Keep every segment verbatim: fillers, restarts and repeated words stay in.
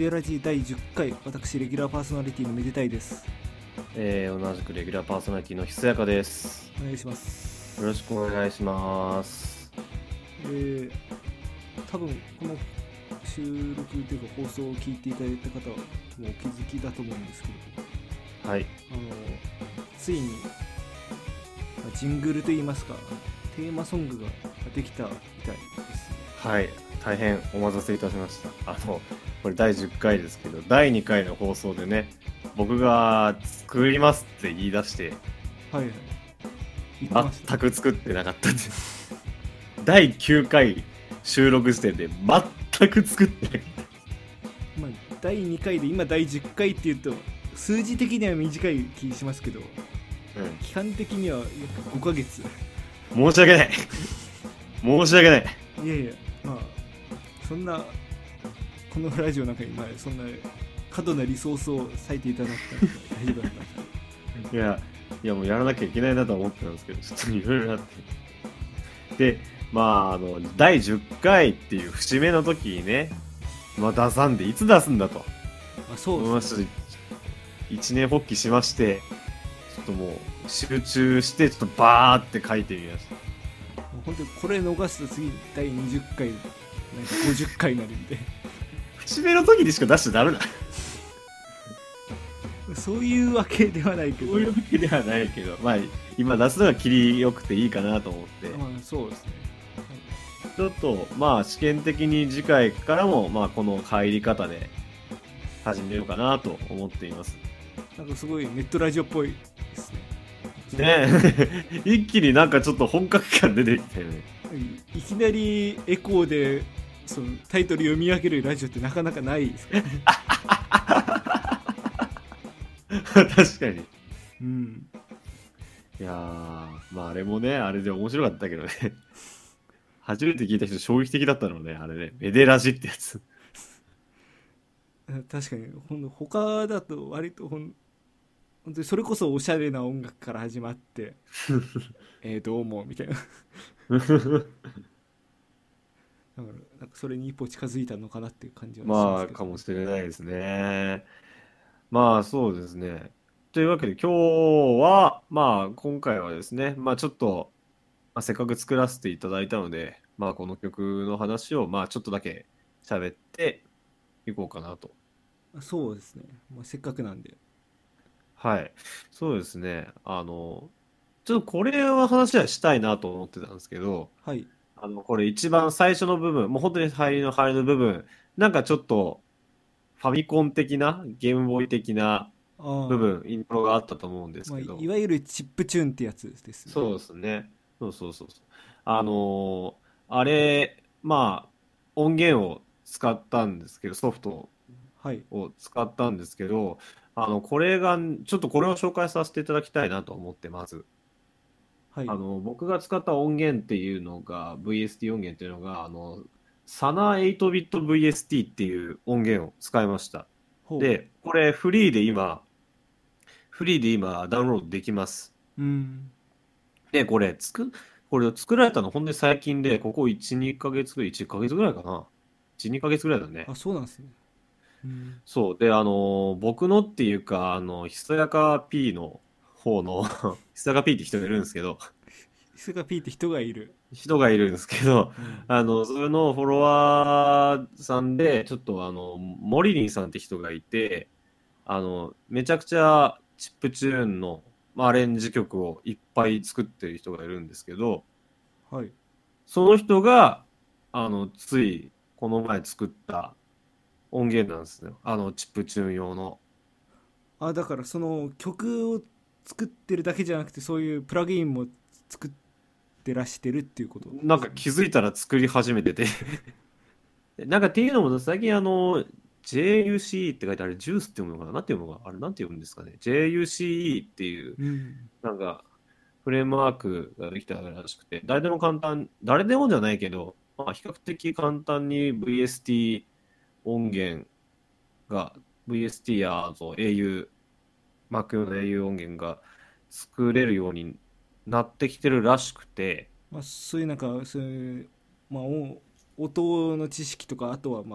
デラジだいじゅっかい、私レギュラーパーソナリティのめでたいです。 えー、同じくレギュラーパーソナリティのひそやかです。 お願いします。 よろしくお願いします。 えー、多分この収録というか放送を聞いていただいた方はもうお気づきだと思うんですけど、 はい。 あのついにジングルといいますかテーマソングができたみたいですね。 はい。大変お待たせいたしました。あの、これだいじゅっかいですけど、だいにかいの放送でね、僕が作りますって言い出して、 はいはい。言ってました。 全く作ってなかったんです。だいきゅうかい収録時点で全く作ってない。 まあ、だいにかいで今だいじゅっかいっていうと数字的には短い気しますけど、 うん。 期間的には約ごかげつ。 申し訳ない。申し訳ない。 いやいや、まあそんなこのラジオの中にまあそんな過度なリソースを割いていただくから大丈夫だったんです。 いや、いやもうやらなきゃいけないなとは思ってたんですけど、ちょっといろいろあって。で、まあ、あの、だいじゅっかいっていう節目の時にね、まあ出さんで、いつ出すんだと。 まあそうですね。 一年発起しまして、ちょっともう集中して、ちょっとバーって書いてみました。 もう本当にこれ逃すと次だいにじゅっかいなんかごじゅっかいになるんで節目の時にしか出しちゃダメだ。 そういうわけではないけど、 そういうわけではないけど、まあ、今出すのが切りよくていいかなと思って、 まあそうですね。 ちょっと、まあ試験的に次回からも、まあこの入り方で始めようかなと思っています。 なんかすごいネットラジオっぽいですね。 ね一気になんかちょっと本格感出てきたよね。 いきなりエコーでそのタイトル読み上げるラジオってなかなかないですからね。 確かに。 うん。 いやー、まああれもね、あれで面白かったけどね。初めて聞いた人衝撃的だったのね、あれね。メデラジってやつ。 確かにほん他だと割とほん本当にそれこそおしゃれな音楽から始まってえーどうもみたいな。だからなんかそれに一歩近づいたのかなっていう感じはしままあ、 すけどね。 かもしれないですね。まあ、そうですね。というわけで今日は、まあ、今回はですね、まあちょっと、まあ、せっかく作らせていただいたので、まあこの曲の話を、まあちょっとだけ喋っていこうかなと。 そうですね、まあ、せっかくなんで。 はい。そうですね。あの、ちょっとこれは話はしたいなと思ってたんですけど、 はい。 あの、これ一番最初の部分、もう本当に入りの入りの部分、なんかちょっとファミコン的な、ゲームボーイ的な部ああ、 分、イントロがあったと思うんですまあ、 けど、 いわゆるチップチューンってやつですね。 そうですね。そうそうそうそう。あのーあれ、まあ、音源を使ったんですけど、ソフトはい。 を使ったんですけど、あの、これが、ちょっとこれを紹介させていただきたいなと思って、まず。 はい。 あの、僕が使った音源っていうのが、ブイエスティー 音源っていうのが、あの、サナ エイトビット ブイエスティー っていう音源を使いました。 ほで、これフリーで今、フリーで今ダウンロードできます。 う。うん。 で、これ、つく、これを作られたの本当に最近で、ここいち、にかげつぐらい、いっかげつぐらいかな。いち、にかげつぐらいだね。 あ、そうなんですね。うん。 そう。で、あの、僕のっていうか、あの、ひそやか P の方のひそやか P って人がいるんですけど、 スガ P って人がいる。 人がいるんですけど、 うん。 あの、それのフォロワーさんで、ちょっとあの、モリリンさんって人がいて、あの、めちゃくちゃチップチューンの、まあ、アレンジ曲をいっぱい作ってる人がいるんですけど、 はい。 その人が、あの、つい、この前作った音源なんですよ。あの、チップチューン用の。 あ、だからその曲を作ってるだけじゃなくてそういうプラグインも作ってらしてるっていうことですね。 なんか気づいたら作り始めててなんかっていうのも、最近あの、ジェイユーシー って書いてあれ、ジュースって読むのかななんて読むのかなあれ、なんて読むんですかね。ジェイユーシー っていう、 うん。 なんか、フレームワークができたらしくて、誰でも簡単、誰でもじゃないけど、まあ、比較的簡単に ブイエスティー 音源が、ブイエスティー や、あと エーユー、Mac 用の エーユー 音源が作れるようになってきてるらしくて、 まあそういうなんかそういうまあお音の知識とかあとはまあ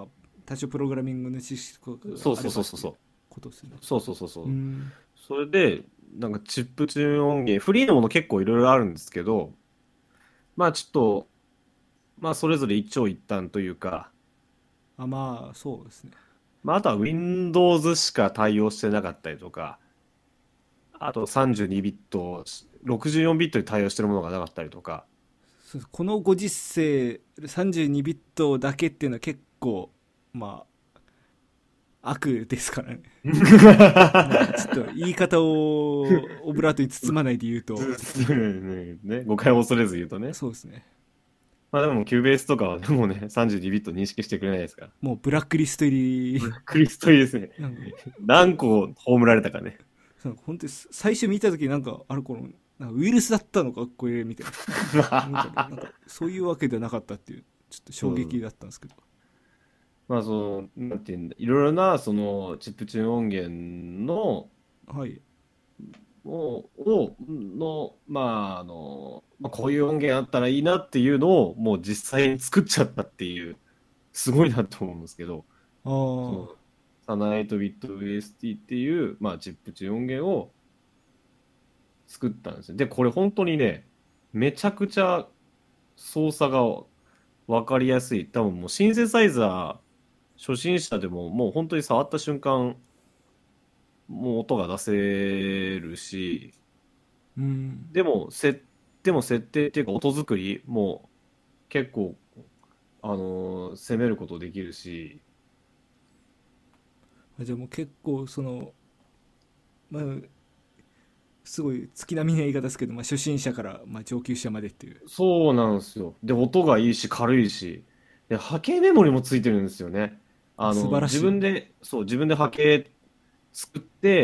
多少プログラミングの知識があればそうそうそうそうそう。 ことですね。 そうそうそうそう。 うんそれで、なんかチップチューン音源、フリーのもの結構いろいろあるんですけど、まあちょっと、まあそれぞれ一長一短というか、 あまあそうですね。 まああとは Windows しか対応してなかったりとか、あとさんじゅうにビット、ろくじゅうよんビットに対応してるものがなかったりとか、 そうこのご時世さんじゅうにビットだけっていうのは結構まあ悪ですからね。まあちょっと言い方をオブラートに包まないで言うとね、誤解を恐れず言うとね。 そうですね。 まあでも Cubase とかはでもね、さんじゅうにビット認識してくれないですから。 もうブラックリスト入りクリストいいですね。 なんか何個葬られたかね。 そう本当に最初見た時なんかあれこのなんかウイルスだったのかこれみたいななんかなんかそういうわけではなかったっていうちょっと衝撃だったんですけど、 まあその、なんていうんだ、いろいろなそのチップチューン音源の、 はいを、をの、まああの、まあ、こういう音源あったらいいなっていうのをもう実際に作っちゃったっていう、すごいなと思うんですけど、 あその、 あサナエイトビット ブイエスティー っていう、まあチップチューン音源を作ったんですよ。で、これ本当にね、めちゃくちゃ操作が分かりやすい。多分もうシンセサイザー初心者でももう本当に触った瞬間、もう音が出せるし、 うんでも、せ、でも設定っていうか音作りも結構、あのー攻めることできるし、 あじゃあもう結構そのまあすごい月並みな言い方ですけど、まあ、初心者から、まあ、上級者までっていうそうなんですよ。で、音がいいし軽いし、で、波形メモリもついてるんですよね。あ素の、自晴らしい。 分で、そう、自分で波形作って、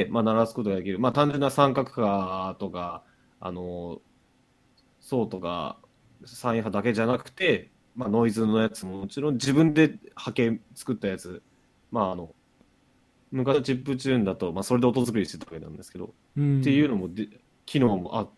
まあ、鳴らすことができる。まあ、単純な三角化とか、あの、そうとか、サイン波だけじゃなくて、まあ、ノイズのやつももちろん自分で波形作ったやつ、まあ、あの、昔のチップチューンだと、まあ、それで音作りしてたわけなんですけど、っていううんのもで、機能もあって、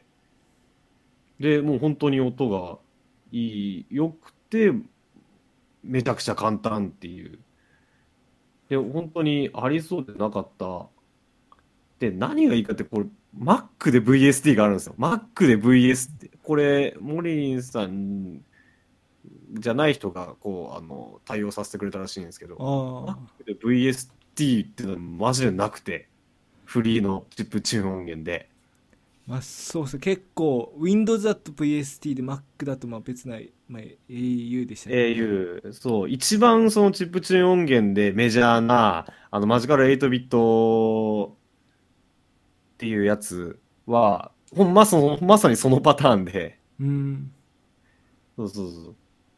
で、もう本当に音がいい、良くて、めちゃくちゃ簡単っていう。で、本当にありそうでなかった。で、何がいいかって、これ、Mac で ブイエスティー があるんですよ。Mac で ブイエスティー。これ、モリンさんじゃない人が、こう、あの、対応させてくれたらしいんですけど、 あ Mac あで ブイエスティー っていうのはマジでなくて、フリーのチップチューン音源で。 まあそうですね結構 Windows だと ブイエスティー で Mac だとまあ別な、まあ、エーユー でしたっけ。 エーユー、そう、一番そのチップチューン音源でメジャーな、あの、マジカルはちビットっていうやつは、ほんまその、まさにそのパターンで、 うんそうそうそう。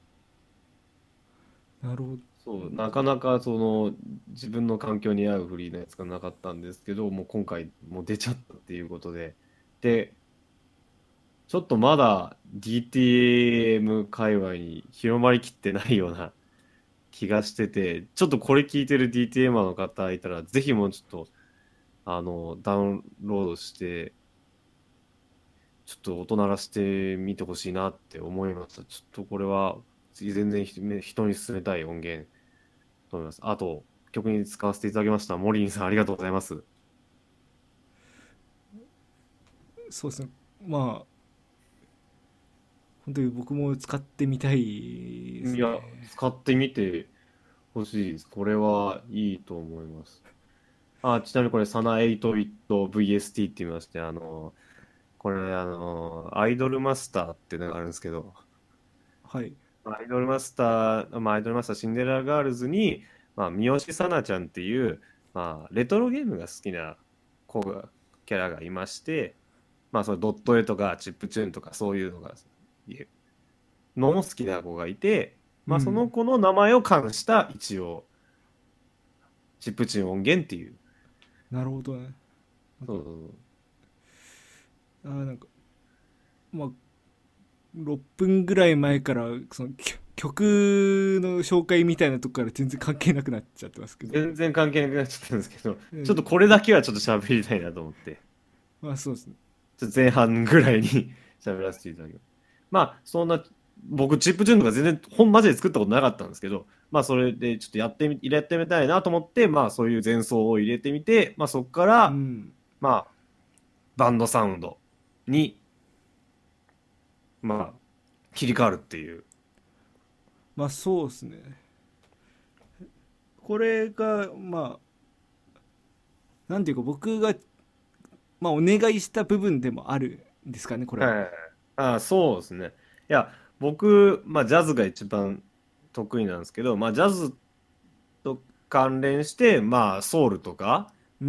なるほど。 そう、なかなかその、自分の環境に合うフリーなやつがなかったんですけど、もう今回もう出ちゃったっていうことで、で、ちょっとまだ ディーティーエム 界隈に広まりきってないような気がしてて、ちょっとこれ聞いてる ディーティーエム の方いたら、ぜひもうちょっと、あの、ダウンロードして、ちょっと音鳴らしてみてほしいなって思いました。ちょっとこれは、全然人人に勧めたい音源と思います。あと、曲に使わせていただきました。モリンさん、ありがとうございます。 そうですねまあ本当に僕も使ってみたいですいや、 ね。 使ってみてほしいです。これはいいと思います。あ、ちなみにこれ、サナエイトビット ブイエスティー って言いまして、あの、これ、あの、アイドルマスターっていうのがあるんですけど、 はいアイドルマスター、まあ、アイドルマスターシンデレラガールズに、まあ、三好紗那ちゃんっていう、まあ、レトロゲームが好きな子が、キャラがいまして、まあ、そのドット絵とかチップチューンとかそういうのが、のも好きな子がいて、まあ、そのうん子の名前を冠した一応、チップチューン音源っていう。 なるほどね。なんかそうそうそう。 あーなんかまあろっぷんぐらい前からそのき曲の紹介みたいなとこから全然関係なくなっちゃってますけど、 全然関係なくなっちゃったんですけど、 うんちょっとこれだけはちょっと喋りたいなと思って、 まあそうですね。 ちょっと前半ぐらいに喋らせていただきます。まあ、そんな僕チップチューンとか全然本マジで作ったことなかったんですけど、まあそれでちょっとやってみ、入れてみたいなと思って、まあそういう前奏を入れてみて、まあそこかうら、 ん。 まあバンドサウンドに、まあ切り替わるっていう。 まあそうですね。これが、まあ、なんていうか僕が、まあお願いした部分でもあるんですかね、これは。 はい。ああ、そうですね。いや、僕、まあジャズが一番得意なんですけど、まあジャズと関連して、まあソウルとか、 うん。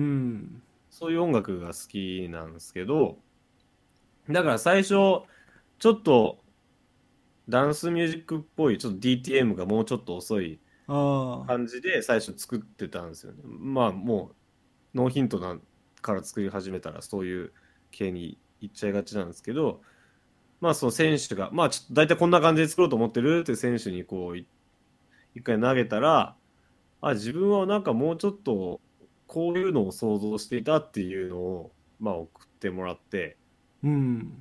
そういう音楽が好きなんですけど、だから最初、ちょっとダンスミュージックっぽい、ちょっと ディーティーエム がもうちょっと遅いああ。 感じで最初作ってたんですよね。まあもうノーヒントなから作り始めたらそういう系に行っちゃいがちなんですけど、まあその選手が、まあちょっと大体こんな感じで作ろうと思ってるって選手にこうい一回投げたら、あ、自分はなんかもうちょっとこういうのを想像していたっていうのを、まあ送ってもらって、 うん。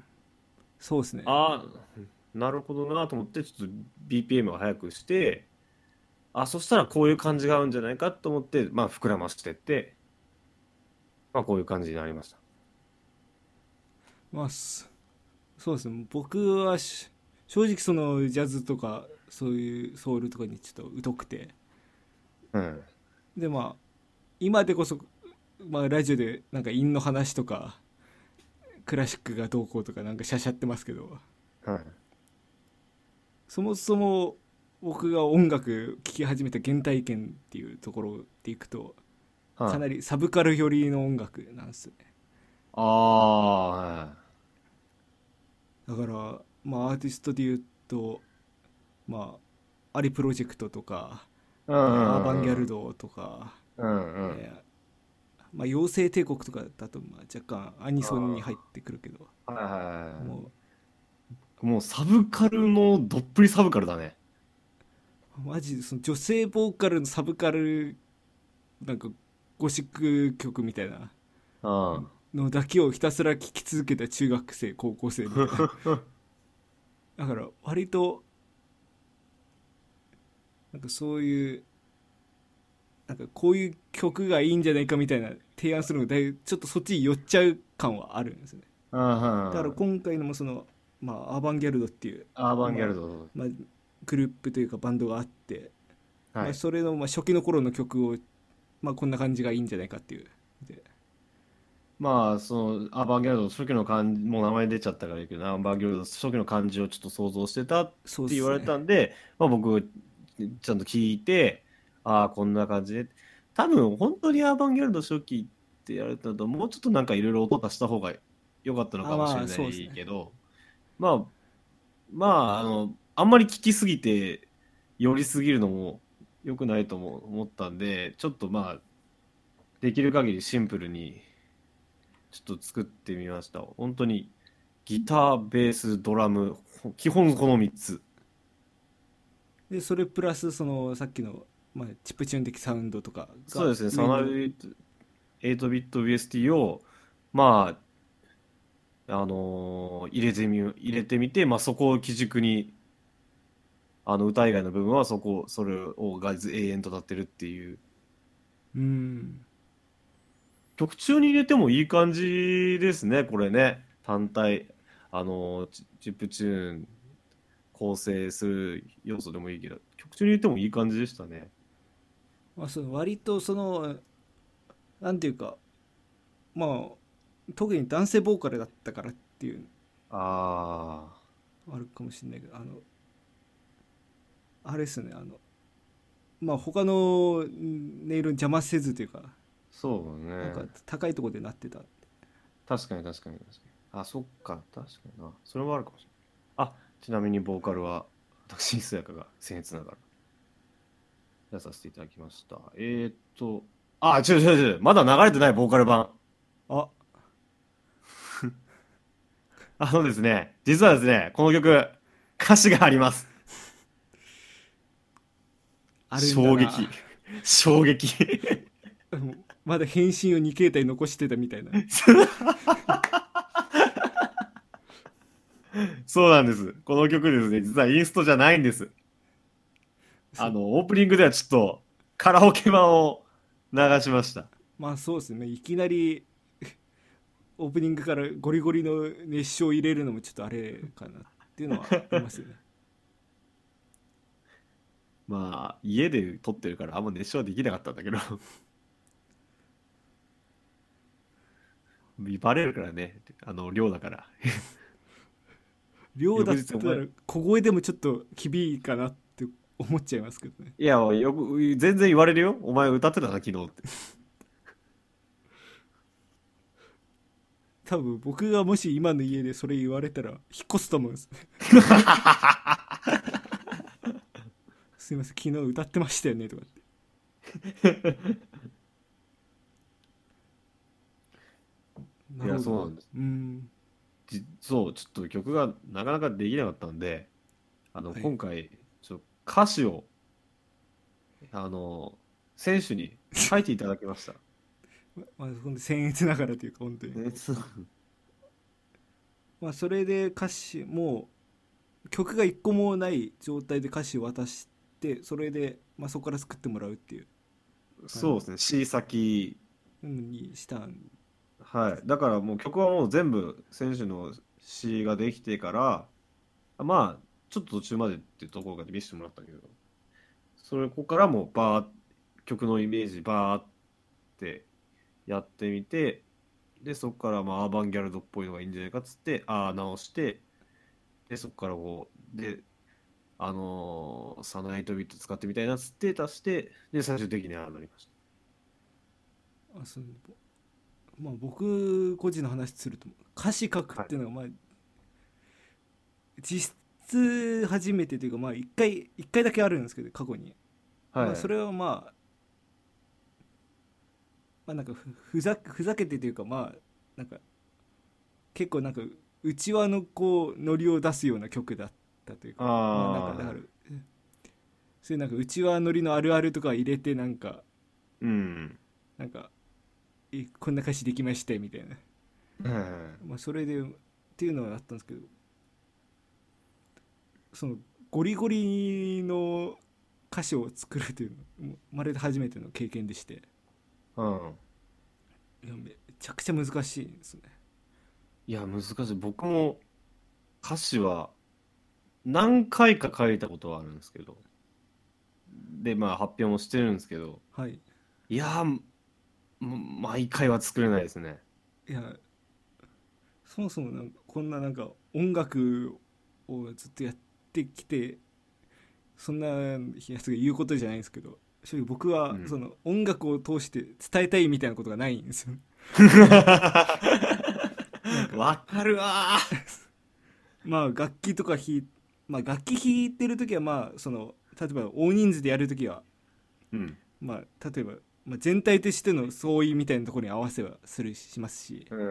そうですね。 ああ、なるほどなと思って、ちょっと ビーピーエム を速くして、あ、そしたらこういう感じが合うんじゃないかと思って、まあ膨らましてって、まあこういう感じになりました。 まあ、そそうですね。僕はし正直そのジャズとかそういうソウルとかにちょっと疎くて。 うん。 でまあ、今でこそ、まあラジオでなんか韻の話とか、クラシックがどうこうとかなんかしゃしゃってますけど、 はい。 そもそも僕が音楽聴き始めた原体験っていうところでいくと、かなはい。 りサブカル寄りの音楽なんですよね。 ああ、はい。 だからまあアーティストで言うと、まあアリプロジェクトとか、 うんえーアーバンギャうんうんルドとか、 うんうんうん。 えーまあ、妖精帝国とかだとまあ若干アニソンに入っあてくるけど、 あ、はいはいはもい。もうサブカルのどっぷりサブカルだね。 うマジでその女性ボーカルのサブカル、なんかゴシック曲みたいなうん。 のだけをひたすら聴き続けた中学生高校生みたいな。だから割となんかそういうなんかこういう曲がいいんじゃないかみたいな提案するのがだいぶちょっとそっちに寄っちゃう感はあるんですよね。 うんだからうん。 今回のもその、まあ、アーバンギャルドっていう、 アーバンギャまあルド。 まあ、グループというかバンドがあって、まあ、 はい。 それのまあ初期の頃の曲を、まあ、こんな感じがいいんじゃないかっていうで。 まあ、その、アバンギャルド、初期の漢字、もう名前出ちゃったからいいけど、アバンギャルド、初期の漢字をちょっと想像してたって言われそうっすね。 たんで、まあ僕、ちゃんと聞いて、ああ、こんな感じで。多分、本当にアバンギャルド初期ってやられたと、もうちょっとなんかいろいろ音足した方が良かったのあ、 かもしまれなあそうですね。 いけど、まあ、まあ、あの、あんまり聞きすぎて、寄りすぎるのも良くないとも思ったんで、ちょっとまあ、できる限りシンプルに、ちょっと作ってみました。本当にギター、ベース、ドラム、基本このみっつ。 でそれプラスそのさっきの、まあ、チップチューン的サウンドとかがそうですね、サ上に。 マービート、エイトビット ビーエスティー を、まあ、あのー入れてみ、入れてみて、まあそこを基軸に、あの歌以外の部分はそこ、それをが永遠と立ってるっていう。 うん。 曲中に入れてもいい感じですね、これね。単体、あのーチチップチューン構成する要素でもいいけど、曲中に入れてもいい感じでしたね。 まあ、その割とそのなんていうか、まあ特に男性ボーカルだったからっていうああ、 のあるかもしれないけど、あのあれですね、あのまあ他の音色に邪魔せずというか、 そうなんかね。 高いところでなってた。 確かに確かに確かに。あ、そっか、確かにな。それもあるかもしれない。あ、ちなみにボーカルは、私、すやかが僭越ながらやらさせていただきました。えーっと、あ、違う違う違う、まだ流れてないボーカル版。 あ、 あのですね、実はですね、この曲、歌詞があります。 あるんだな。 衝撃。衝撃。 もうまだ返信をに形態残してたみたいな。 そうなんです。この曲ですね、実はインストじゃないんです。あの、オープニングではちょっとカラオケ版を流しました。 まあそうですね、いきなりオープニングからゴリゴリの熱唱を入れるのもちょっとあれかなっていうのはありますよね。 まあ、家で撮ってるからあんま熱唱はできなかったんだけど、バレるからね、あの、量だから。 量だっ翌日お前、 たら小声でもちょっと厳いいかなって思っちゃいますけどね。 いや、よく、全然言われるよ。お前歌ってたな、昨日って。 多分僕がもし今の家でそれ言われたら引っ越すと思うんです。すいません、昨日歌ってましたよねとかって。ないや、 るほど。 そうなんです。 うん。 じそう、ちょっと曲がなかなかできなかったんで、あの、 はい。 今回、ちょっと歌詞を、あの、選手に書いていただきました。 まあ、ほんと僭越ながらというか本当に。 ね、そうまあそれで歌詞もう曲が一個もない状態で歌詞を渡してそれで、まあ、そこから作ってもらうっていう感そうですね、C 先、 じにしたん。 はい。だからもう曲はもう全部選手の詩ができてから、まあ、ちょっと途中までっていうところで見せてもらったけど、それここからもうバー曲のイメージバーってやってみて、でそこからまあアーバンギャルドっぽいのがいいんじゃないかっつってああ直して、でそこからこうであのーサナイトビット使ってみたいなっつって足して、で最終的にああなりましあそう、まあ、僕個人の話すると歌詞書くった。はいていうのがまあ実質初めてというかまあ一回一回だけあるんですけど過去に。まあそはいれはまあまあなんかふふざふざけてというかまあなんか結構なんか内輪のこうノリを出すような曲だったというかまあなんかだからああそういうなんか内輪ノリのあるあるとか入れてなんかうんなんかえこんな歌詞できましたみたいな、 はいまあ、それでっていうのはあったんですけどそのゴリゴリの歌詞を作るというのもまるで初めての経験でしてうんいやめちゃくちゃ難しいですね。 いや難しい。僕も歌詞は何回か書いたことはあるんですけど、でまあ発表もしてるんですけど、 はい。 いやー毎回は作れないですね。 いやそもそもなんかこんななんか音楽をずっとやってきてそんなやつが言うことじゃないんですけど正直僕はそうん。 の音楽を通して伝えたいみたいなことがないんですよ。なんかわかるわまあ楽器とか弾いまあ楽器弾いてる時はまあその例えば大人数でやる時はー。うん。 まあ例えば、まあ、全体としての相違みたいなところに合わせはするしますしうん。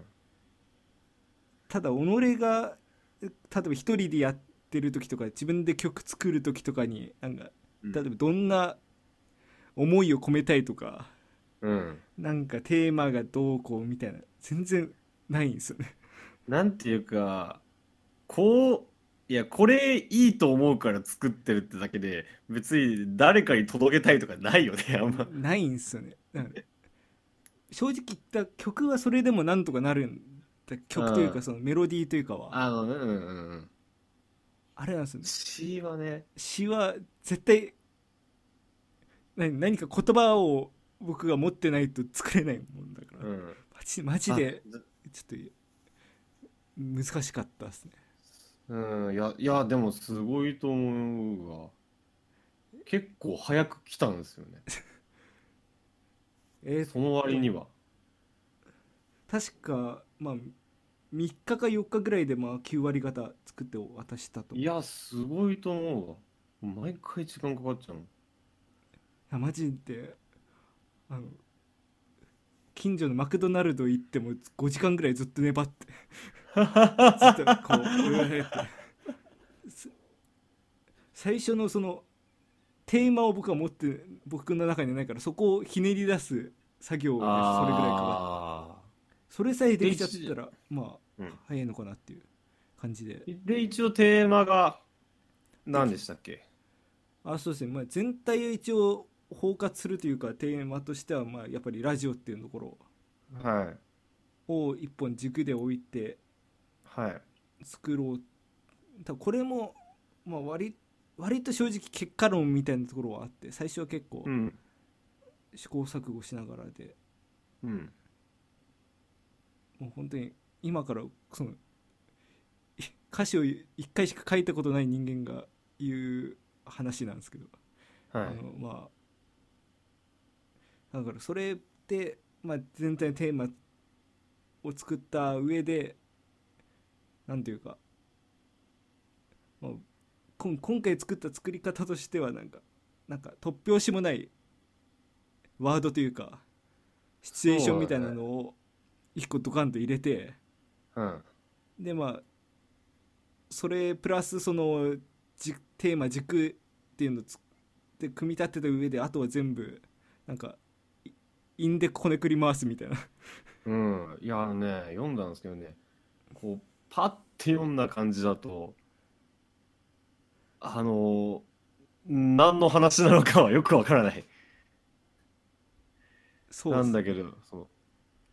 ただ己が例えば一人でやってる時とか自分で曲作る時とかになんかうん。 例えばどんな思いを込めたいとかうん。 なんかテーマがどうこうみたいな全然ないんですよね。 なんていうか、こう、いや、これいいと思うから作ってるってだけで、別に誰かに届けたいとかないよね、あんま。 ないんですよね。だから正直言った曲はそれでもなんとかなるんだう曲というかん。 そのメロディーというかはあの、うんうんうん。 あれなんですよね。 詩はね、 詩は絶対何何か言葉を僕が持ってないと作れないもんだからうん。 マジマジあ、 でちょっと難しかったですね。 うん、いや、いや、でもすごいと思うわ。結構早く来たんですよね。 えーっその割にとは。 確かまあみっかかよっかぐらいでまあきゅう割方作って渡したと思う。いいや、すごいと思うわ。毎回時間かかっちゃうの。 やマジであの近所のマクドナルド行ってもごじかんぐらいずっと粘ってずっとこううえーって最初のそのテーマを僕は持って僕の中にないからそこをひねり出す作業がそれぐらいかかってああ。 それさえでで、 きちゃった一、 らまあうん。 早いのかなっていう感じで。 で、一応テーマが何でしたっけ？ あ、そうですね。まあ、全体を一応包括するというか、テーマとしては、まあ、やっぱりラジオっていうところはい。 を一本軸で置いてはい。 作ろう。多分これも、まあ、割割と正直結果論みたいなところはあって、最初は結構うん。 試行錯誤しながらで、 うん。 もう本当に今からその歌詞を一回しか書いたことない人間が言う話なんですけど、 はい。 あのまあだからそれで、まあ、全体のテーマを作った上で、なんていうか、まあ、今今回作った作り方としてはなんかなんか突拍子もないワードというかシチュエーションみたいなそうだね。 のを一個ドカンと入れて、 うん。 でまあそれプラスそのじテーマ軸っていうのをつで組み立てた上で、あとは全部なんかインでこねくり回すみたいな。 うん。いや、あのね、読んだんですけどね、こう、パッて読んだ感じだと、あの、何の話なのかはよくわからない。 そうですね。 なんだけど、そう。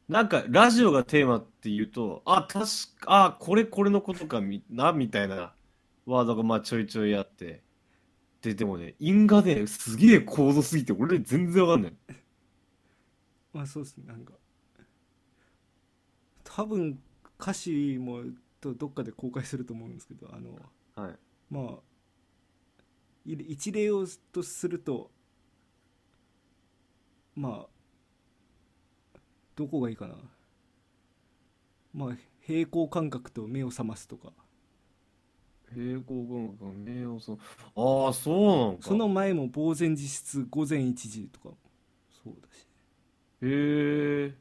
なんか、ラジオがテーマっていうと、あ、確か、あ、これこれのことかみな、みたいなワードがまあちょいちょいあって。で、でもね、因がね、すげえ高度すぎて、俺全然わかんない。 まあそうですね。なんか多分歌詞もとどっかで公開すると思うんですけど、あのはい。 まあい一例をとすると、まあどこがいいかな。まあ平行感覚と目を覚ますとか、 平行感覚、名誉その、ああ、そうなのか。 その前も呆然自失午前いちじとかそうだし、 へえ。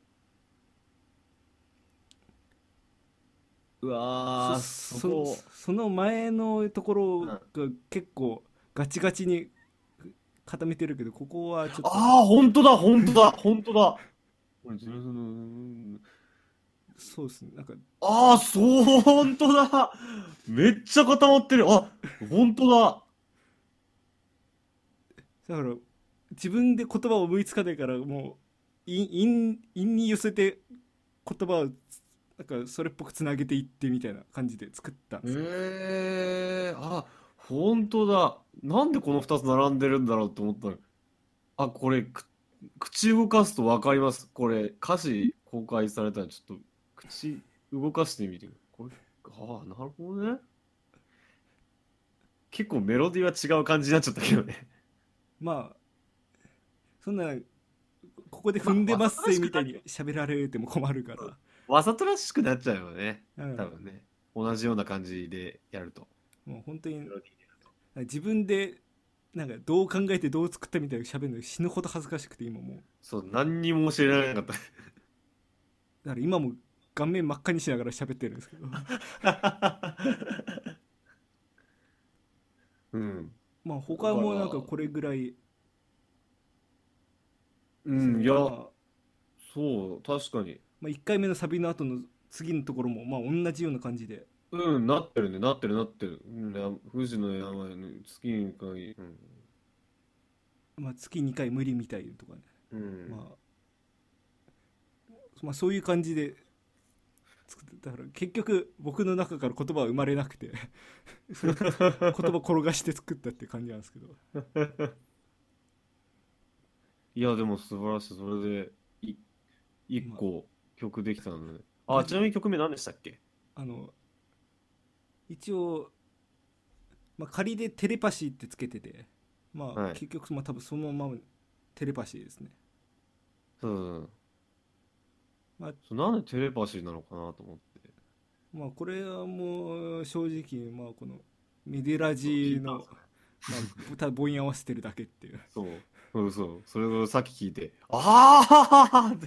うそわー、そそこ。 その前のところうん、あが結構ガチガチに固めてるけど、ここはちょっと、 あ、本当だ、本当だ、本当だ。これずるずるそうですね。なんかああ、そう、本当だ。めっちゃ固まってる。あ、本当だ。 だから自分で言葉を思いつかないから、もう韻韻韻に寄せて言葉をなんかそれっぽくつなげていってみたいな感じで作ったんですよ。 ええあ、本当だ。なんでこのふたつ並んでるんだろうと思ったの。あ、これ、く口動かすとわかります。これ、歌詞公開されたらちょっと口動かしてみて。これ、ああ、なるほどね。結構メロディーは違う感じになっちゃったけどね。 まあそんなここで踏まあ、 んでまわざとらすぜみたいしくなるよ。 に喋られても困るから、 わざとらしくなっちゃうよね。 うん、 多分ね。同じような感じでやると。 もう本当にメロディーでやると。 自分でなんかどう考えてどう作ったみたいな喋るの死ぬほど恥ずかしくて、今もうそう、何にも教えられなかっだから今も顔面真っ赤にしながら喋ってるんですけど、 た。うん。 まあだから、 他もなんかこれぐらいでうん、いすね。 や、 まあそう、確かに。 まあ、いっかいめのサビの後の次のところもまあ同じような感じで、 うん、なってるね、なってる、なってる。うん、や富士の山の月にかい、うん。 まあ、月にかい無理みたいとかね、 うん。 まあ、まあそういう感じで作ってだから結局僕の中から言葉は生まれなくてそれ言葉転がして作ったって感じなんですけど、 いや、でも素晴らしい。それで、い、一まあ個曲できたので。あ、 ガチちなみに曲名何でしたっけ？ あの一応、まあ、仮でテレパシーってつけてて、まあはい。 結局まあ多分そのままテレパシーですね。 そうそうそう。 まあそうなんでテレパシーなのかなと思って。 まあこれはもう正直、まあこのメデラそう、聞ジの、 いたんですよね。 まあただ母音合わせてるだけっていう。 そう。そうそう。それをさっき聞いて、ああって。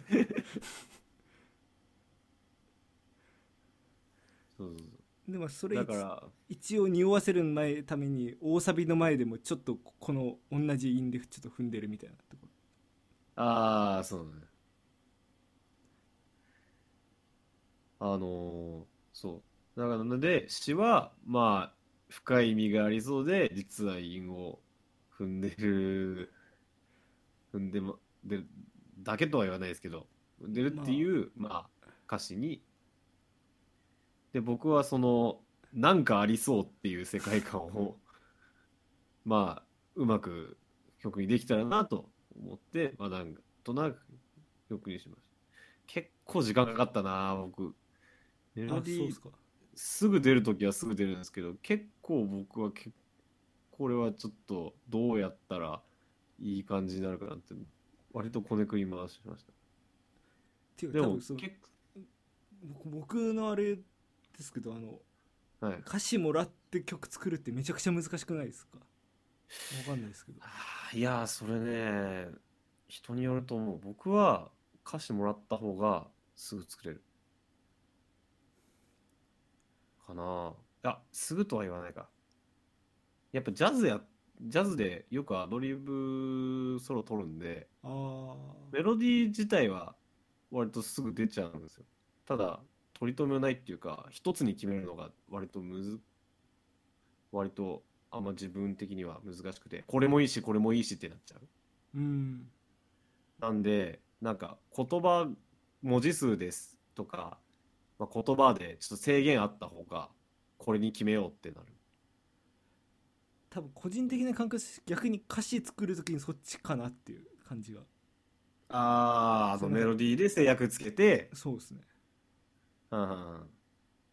そうそうそう。 でもそれ一だから、 一応匂わせる前ために大サビの前でもちょっとこの同じ韻でちょっと踏んでるみたいなとこああ、そうね。あのーそう。 だからなので詩はまあ深い意味がありそうで実は韻を踏んでる踏んでもでだけとは言わないですけど踏んでるってまいうまあ歌詞にで僕はそのなんかありそうっていう世界観をまあうまく曲にできたらなと思ってまあなんとなく曲にしました。結構時間かかったな僕。メあ、 ロディーあ、そうっすか。 すぐ出るときはすぐ出るんですけど結構僕はけこれはちょっとどうやったらいい感じになるかなって割とこねくり回しました。 っていうかで多分その、 も結僕僕のあれですけど、あの、 構、はい。 歌詞もらって曲作るってめちゃくちゃ難しくないですか？わかんないですけど。 あーいやーそれね人によると思う。僕は歌詞もらった方がすぐ作れるかな。いやすぐとは言わないか。やっぱジャズやジャズでよくアドリブソロ取るんでああ、 メロディー自体は割とすぐ出ちゃうんですよ。ただ、取り留めないっていうか、一つに決めるのが割とむず、割とあんま自分的には難しくて、これもいいし、これもいいしってなっちゃう。 うん。 なんで、なんか言葉、文字数ですとか、まあ、言葉でちょっと制限あった方が、これに決めようってなる。 多分個人的な感覚、逆に歌詞作るときにそっちかなっていう感じが。 あー、あのそうなんか、 メロディーで制約つけて、 そうですね。 うんうんうん、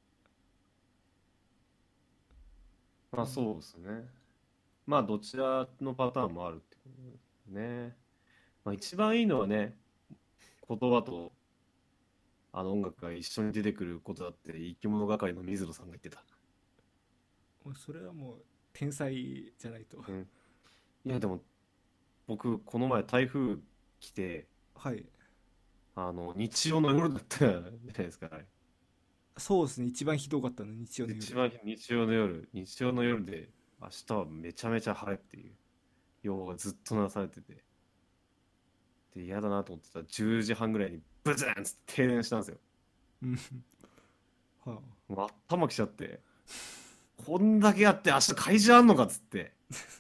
まああー、 そうですね。まあどちらのパターンもあるってことですね。まあ、一番いいのはね、言葉とあの音楽が一緒に出てくることだって生き物係の水野さんが言ってた。 もうそれはもう天才じゃないと。 うん、いやでも僕この前台風来てはい。 あの日曜の夜だったじゃないですか、あれ。 そうですね。一番ひどかったの、日曜の夜。 一番日曜の夜日曜の夜で明日はめちゃめちゃ晴れっていう予報がずっとなされててで嫌だなと思ってたらじゅうじはんぐらいにブツンっつって停電したんですよ。 うん。はもう頭きちゃってこんだけあって明日会社あんのかっつって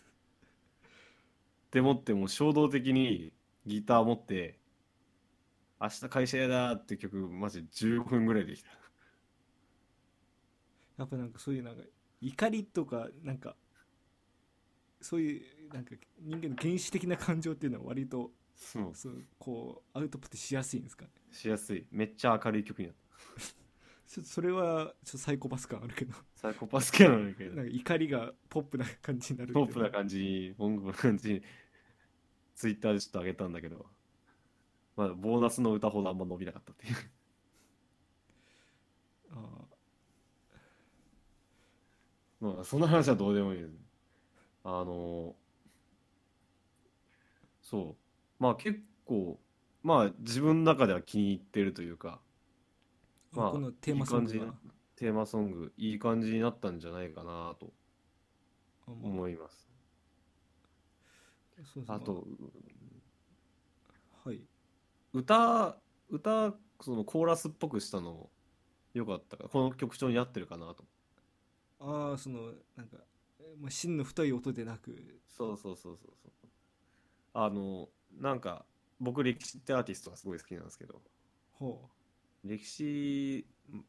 でもってもう衝動的にギター持って明日会社やだって曲マジじゅうごふんぐらいできた。 やっぱなんかそういうなんか怒りとかなんかそういうなんか人間の原始的な感情っていうのは割とそうそうこうアウトプットしやすいんですかね。 しやすいめっちゃ明るい曲になった。 ちょっとそれはちょっとサイコパス感あるけど、 サイコパスキャラなんだけどなんか怒りがポップな感じになるっていうのは。 ポップな感じに文句な感じにツイッターでちょっと上げたんだけどまあボーナスの歌ほどあんま伸びなかったっていう。 あまあそんな話はどうでもいいです。あのそうまあ結構まあ自分の中では気に入ってるというかあ、こまあのテーマソンいい感じになグが。 テーマソングいい感じになったんじゃないかなとあ、ま思います。 あそうです。まあとあ、はい。 歌歌そのコーラスっぽくしたのよかったかこの曲調に合ってるかなと。 ああ、そのなんか、まあ、芯の太い音でなく。 そうそうそうそうそう。あのなんか僕歴史ってアーティストがすごい好きなんですけどほ歴史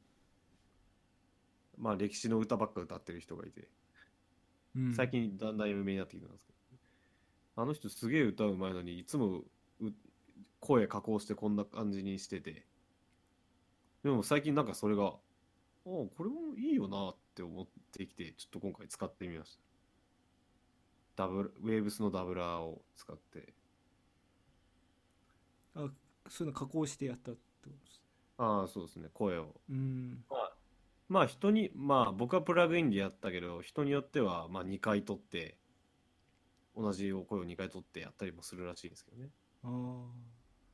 まあ歴史の歌ばっか歌ってる人がいてう。うん。 最近だんだん有名になってきたんですけどあの人すげえ歌うまいのにいつもう声加工してこんな感じにしててでも最近なんかそれがああこれもいいよなって思ってきてちょっと今回使ってみました。ダブルウェーブスのダブラーを使ってあ、そういうの加工してやったってことです。 ああそうですね声をうん。 まあまあ人にまあ僕はプラグインでやったけど人によってはまあにかい取って同じ声をにかい取ってやったりもするらしいですけどね。 ああ。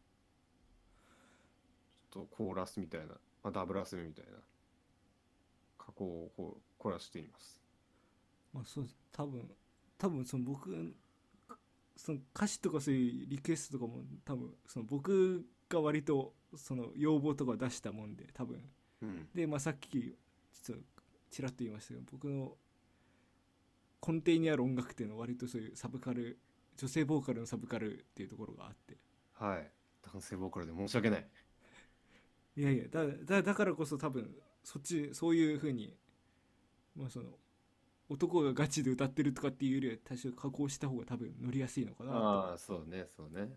ちょっとコーラスみたいな、まあ、ダブラスみたいな加工をこう凝らしています。 まあそうです。多分、多分その僕、その歌詞とかそういうリクエストとかも多分、その僕が割とその要望とか出したもんで、多分。 うん。 で、まあさっきちょっとちらっと言いましたけど、僕の根底にある音楽っていうのは割とそういうサブカル、女性ボーカルのサブカルっていうところがあって、 はい。男性ボーカルで申し訳ない。 いやいや、だだだからこそ多分そっちそういう風に、まあその男がガチで歌ってるとかっていうよりは多少加工した方が多分乗りやすいのかなと。 ああ、そうね、そうね。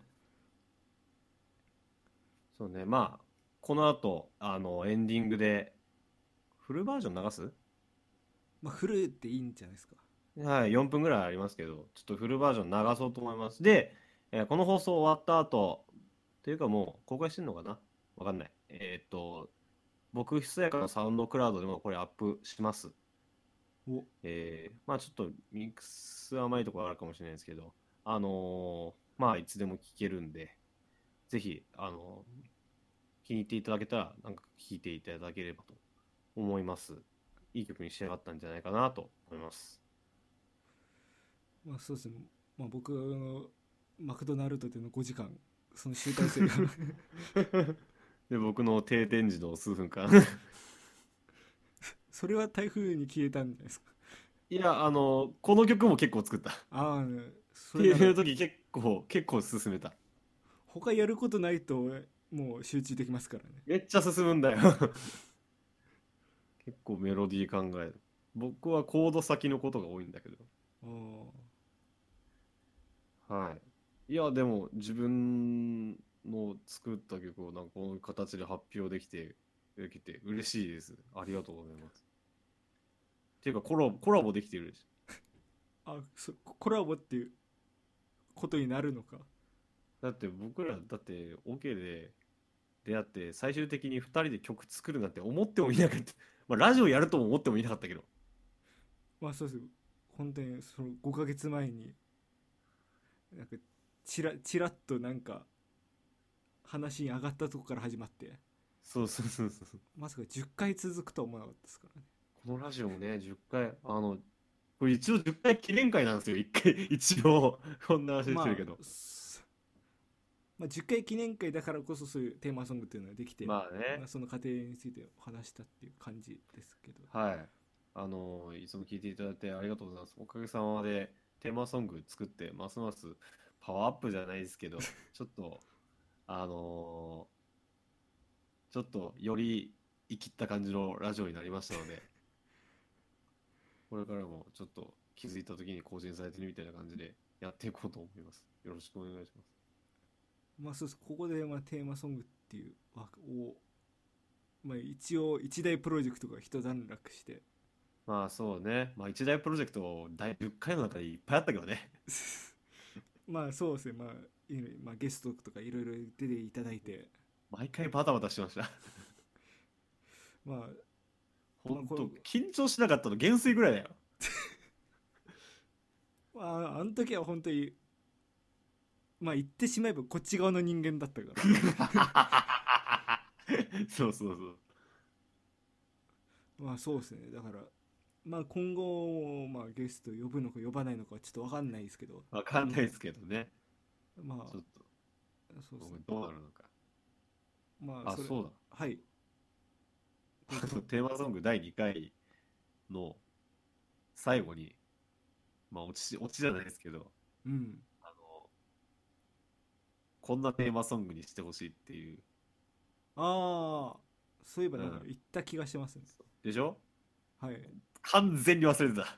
そうね、まあ、この後、あの、エンディングで、フルバージョン流す。 まあフルっていいんじゃないですか。 はい、よんぷんぐらいありますけど、ちょっとフルバージョン流そうと思います。で、えーこの放送終わった後、というかもう公開してんのかな、わかんない。えーっと、僕、ひそやかのサウンドクラウドでもこれアップします。 おえーまあちょっとミックス甘いところあるかもしれないですけど、あのーまあいつでも聞けるんで、ぜひ、あのー気に入っていただけたら、なんか聴いていただければと思います。いい曲に仕上がったんじゃないかなと思います。 まあそうですね。まあ僕のマクドナルドでのごじかん、その集大成がで、僕の定点時の数分間。 それは台風に消えたんじゃないですか。 いや、あの、この曲も結構作った。 ああ、ね、それ定なら点の時結構、結構進めた。 他やることないともう集中できますからね。 めっちゃ進むんだよ。結構メロディー考える。僕はコード先のことが多いんだけど。 あーはい。いや、でも自分の作った曲をなんかこの形で発表できて、できて嬉しいです。ありがとうございます。っていうかコラボ、コラボできてるし。 あ、そコラボっていうことになるのか。 だって僕ら、だって OK で出会って最終的にふたりで曲作るなんて思ってもいなかった。まあラジオやるとも思ってもいなかったけど。 まあそうです。本当にそのごかげつまえになんかちらちらっとなんか話に上がったとこから始まって、 そうそうそうそう。 まさかじゅっかい続くとは思わなかったですからね。 このラジオもね、じゅっかい、あの、これ一応じゅっかい記念会なんですよ。一回、一応、こんな話してるまけど。 あ、すまあ、じゅっかい記念会だからこそそういうテーマソングっていうのができて、 まあね。 まあ、その過程についてお話したっていう感じですけど。 はい。あの、いつも聞いていただいてありがとうございます。おかげさまでテーマソング作って、ますますパワーアップじゃないですけど、ちょっと、あのちょっとより生きった感じのラジオになりましたので、これからもちょっと気づいた時に更新されてるみたいな感じでやっていこうと思います。よろしくお願いします。 まあそうです。ここでまあテーマソングっていう枠を、まあ、一応一大プロジェクトが一段落して、 まあそうね。まあ一大プロジェクト第じゅっかいの中でいっぱいあったけどね。 まあそうですね。まあ、いろいろまあ、ゲストとかいろいろ出ていただいて、 毎回バタバタしてました。 まあ、まあ、 ほんと、 この、 緊張しなかったの減衰ぐらいだよ。 まあ、あの時は本当に、まあ言ってしまえばこっち側の人間だったから。 そうそうそう。 まあそうですね。だから、まあ今後、まあゲスト呼ぶのか呼ばないのかはちょっとわかんないですけど、 わかんないですけどね。 まちょっと、 あ、そうですね。 どうなるのか。あ、 まあそれ、 そうだ。 はい、どうぞ。 あの、テーマソングだいにかいの最後に、まあ、落ち、落ちじゃないですけど、 うん。 あの、こんなテーマソングにしてほしいっていう、 ああ、そういえばなんかうん。 言った気がしますね。 でしょ。 はい。 完全に忘れてた。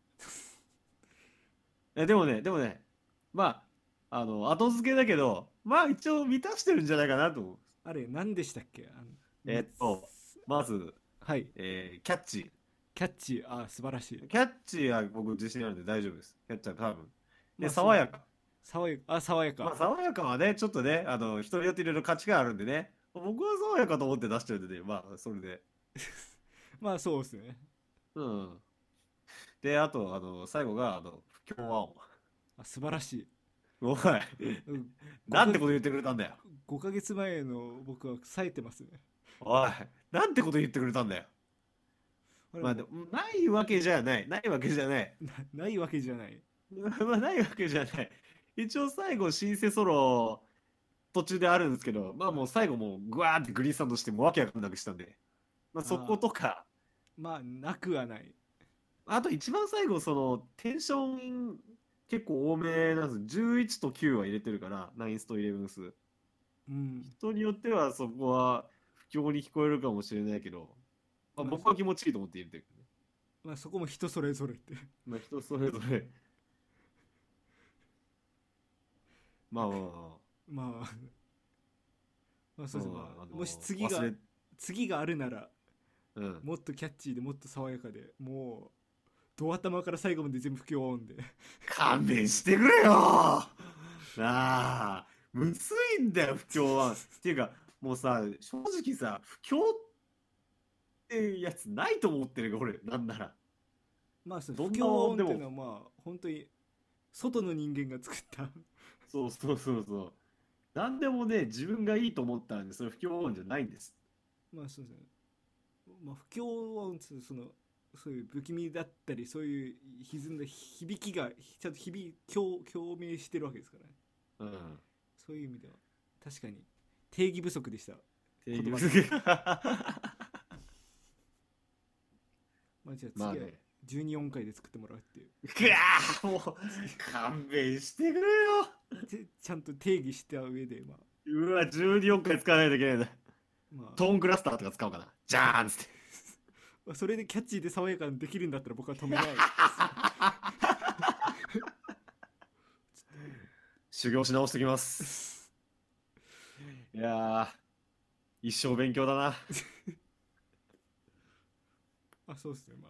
え、でもね、でもね、まあ、あの、後付けだけど、まあ一応満たしてるんじゃないかなと思う。 あれ、何でしたっけあの、 えみっと、まず、 はい。 えーキャッチ。 キャッチ、ああ、素晴らしい。 キャッチは僕自信あるんで大丈夫です。キャッチは多分。で、 まあそう、 爽やか。 爽やか、あ、爽やか。 まあ、爽やかはね、ちょっとね、あの、人によっていろいろ価値観あるんでね、僕は爽やかと思って出してるんでね、まあ、それで。 まあそうですね。 うん。で、あと、あの、最後が、あの、不協和音。 あ、素晴らしい。 おい、 うん5か、 なんてこと言ってくれたんだよ。 ごかげつまえの僕は冴えてますね。 おい、なんてこと言ってくれたんだよ。まあ、 あれもでもないわけじゃない。ないわけじゃない。 な、ないわけじゃない。 まあ、ないわけじゃない。一応最後、シンセソロ途中であるんですけど、まあもう最後もうグワーってグリーンサンドしてもうわけわかんなくしたんで、まあそこあとか、 まあなくはない。 あと一番最後、その、テンション結構多めなんです。じゅういちときゅうは入れてるから、ナインスとイレブンス。 うん。 人によってはそこは不況に聞こえるかもしれないけど、まあ、 まあ、 僕は気持ちいいと思って入れてるけどね。 まあそこも人それぞれって。 まあ人それぞれ。まあまあままあ、まああ、 そうですね。 うん、 まあ、 あの、 もし次が、 忘れ、 次があるなら、 うん。 もっとキャッチーでもっと爽やかで、もう、ド頭から最後まで全部不協和音で。 勘弁してくれよなあ、むずいんだよ、不況は。っていうか、もうさ、正直さ、不況ってやつないと思ってるよ、俺、なんなら。 まあそう、不どんな協和音っていうのもんでも。 はまあ、本当に、外の人間が作った。 そうそうそうそう。なんでもね、自分がいいと思ったらね、それ不協和音じゃないんです。 まあそうですね。まあ不協和音っていうその、そういう不気味だったり、そういう歪んだ響きが、ちゃんと響き、共共鳴してるわけですからね。 うん。 そういう意味では、確かに、定義不足でした。 っていう。 言葉に。まあじゃあ次はまあね。 じゅうに音階で作ってもらうっていう。 くわーもう、勘弁してくれよ。 でちゃんと定義した上で、まあ、 うわ、じゅうにおんかい使わないといけないんだ。 まトーンクラスターとか使おうかな。じゃーんっつって。 あ、それでキャッチーで爽やかにできるんだったら僕は止めない。 修行し直してきます。いやー、一生勉強だな。 あ、そうですね、まあ。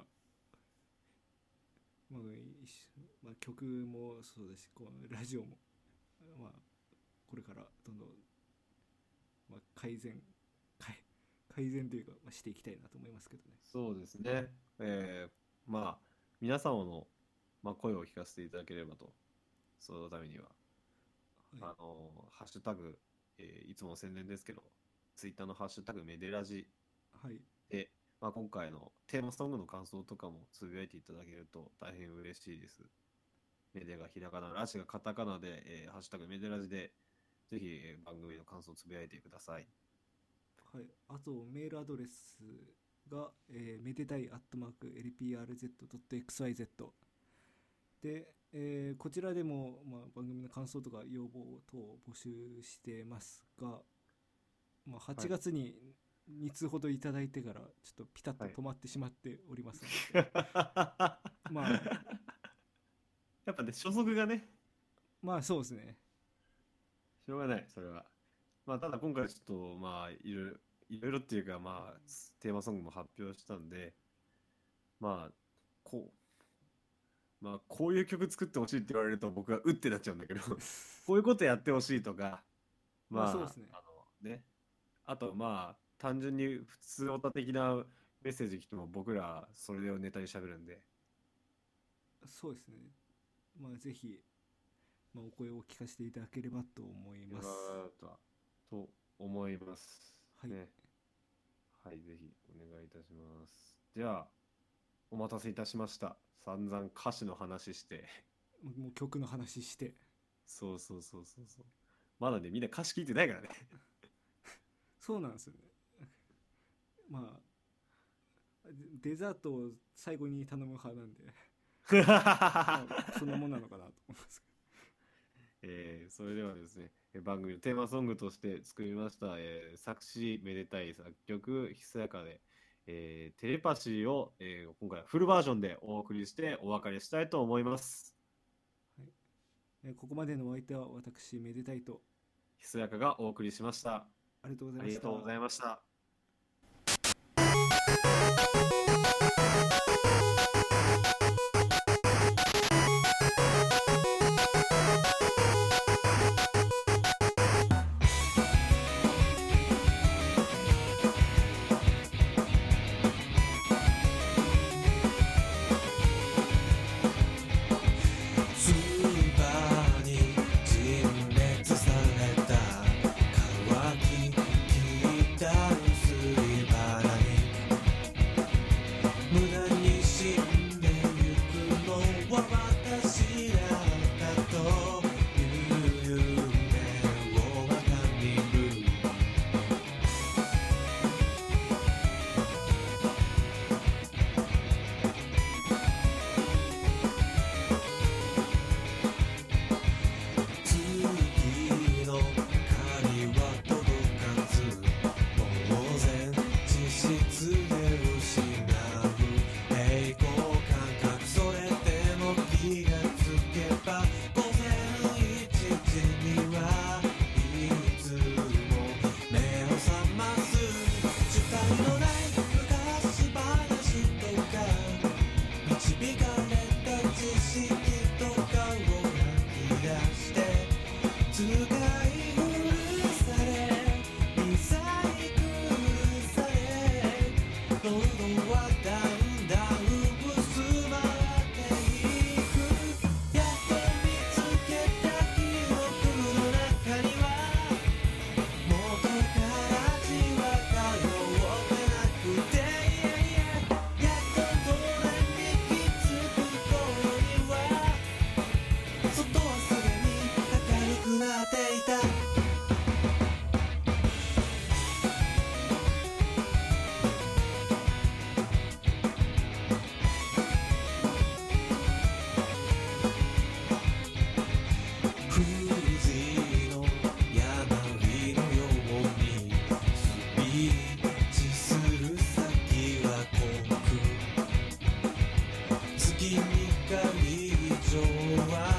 まあ、一緒まあ、曲もそうだし、こうラジオも、まあ、これからどんどん、まあ、改善改改善というか、まあ、していきたいなと思いますけどね。 そうですね。えー、まあ、皆様の、まあ、声を聞かせていただければと、そのためには、 はいあの、ハッシュタグ、えーいつもの宣伝ですけど、ツイッターのハッシュタグメデラジはい。 で、まあ、今回のテーマソングの感想とかもつぶやいていただけると大変嬉しいです。メデがひらがな、ラジがカタカナで、えーハッシュタグメデラジで、ぜひ、えー番組の感想をつぶやいてください。 はい、あとメールアドレスが、えー、めでたいアットマーク エルピーアールゼットドットエックスワイゼット で、えーこちらでも、まあ、番組の感想とか要望等を募集してますが、まあ、8月にに通ほどいただいてからちょっとピタッとはい。 止まってしまっておりますので、まあやっぱね、初速がね、 まあそうですね。 しょうがない、それは。まあ、ただ今回ちょっと、まあ、いろいろ、いろいろっていうか、まあ、テーマソングも発表したんで、まあ、こう、まあ、こういう曲作ってほしいって言われると僕はうってなっちゃうんだけど、こういうことやってほしいとか、 まあそうですまあ、 ね。 あのね、あと、まあ、単純に普通オタ的なメッセージ来ても僕らそれをネタに喋るんで、 そうですね。まあぜひ、まあ、お声を聞かせていただければと思いよかます。 ったと思いますはい。 ね。はい、ぜひお願いいたします。じゃあ、お待たせいたしました。散々歌詞の話して。 もう曲の話して。 そうそうそうそうそう。まだね、みんな歌詞聞いてないからね。 そうなんですよね。まあデザートを最後に頼む派なんで、まあそんなもんなのかなと思いますけえーそれではですね、え番組のテーマソングとして作りました、えー作詞めでたい作曲ひそやかで、えーテレパシーを、えー今回はフルバージョンでお送りしてお別れしたいと思います。 ど、はい、えここまでのお相手は私めでたいと、 ひそやかがお送りしました。 ありがとうございあました。 りがとうございました。 スーパーに陳列された乾ききった薄いバラににか以上は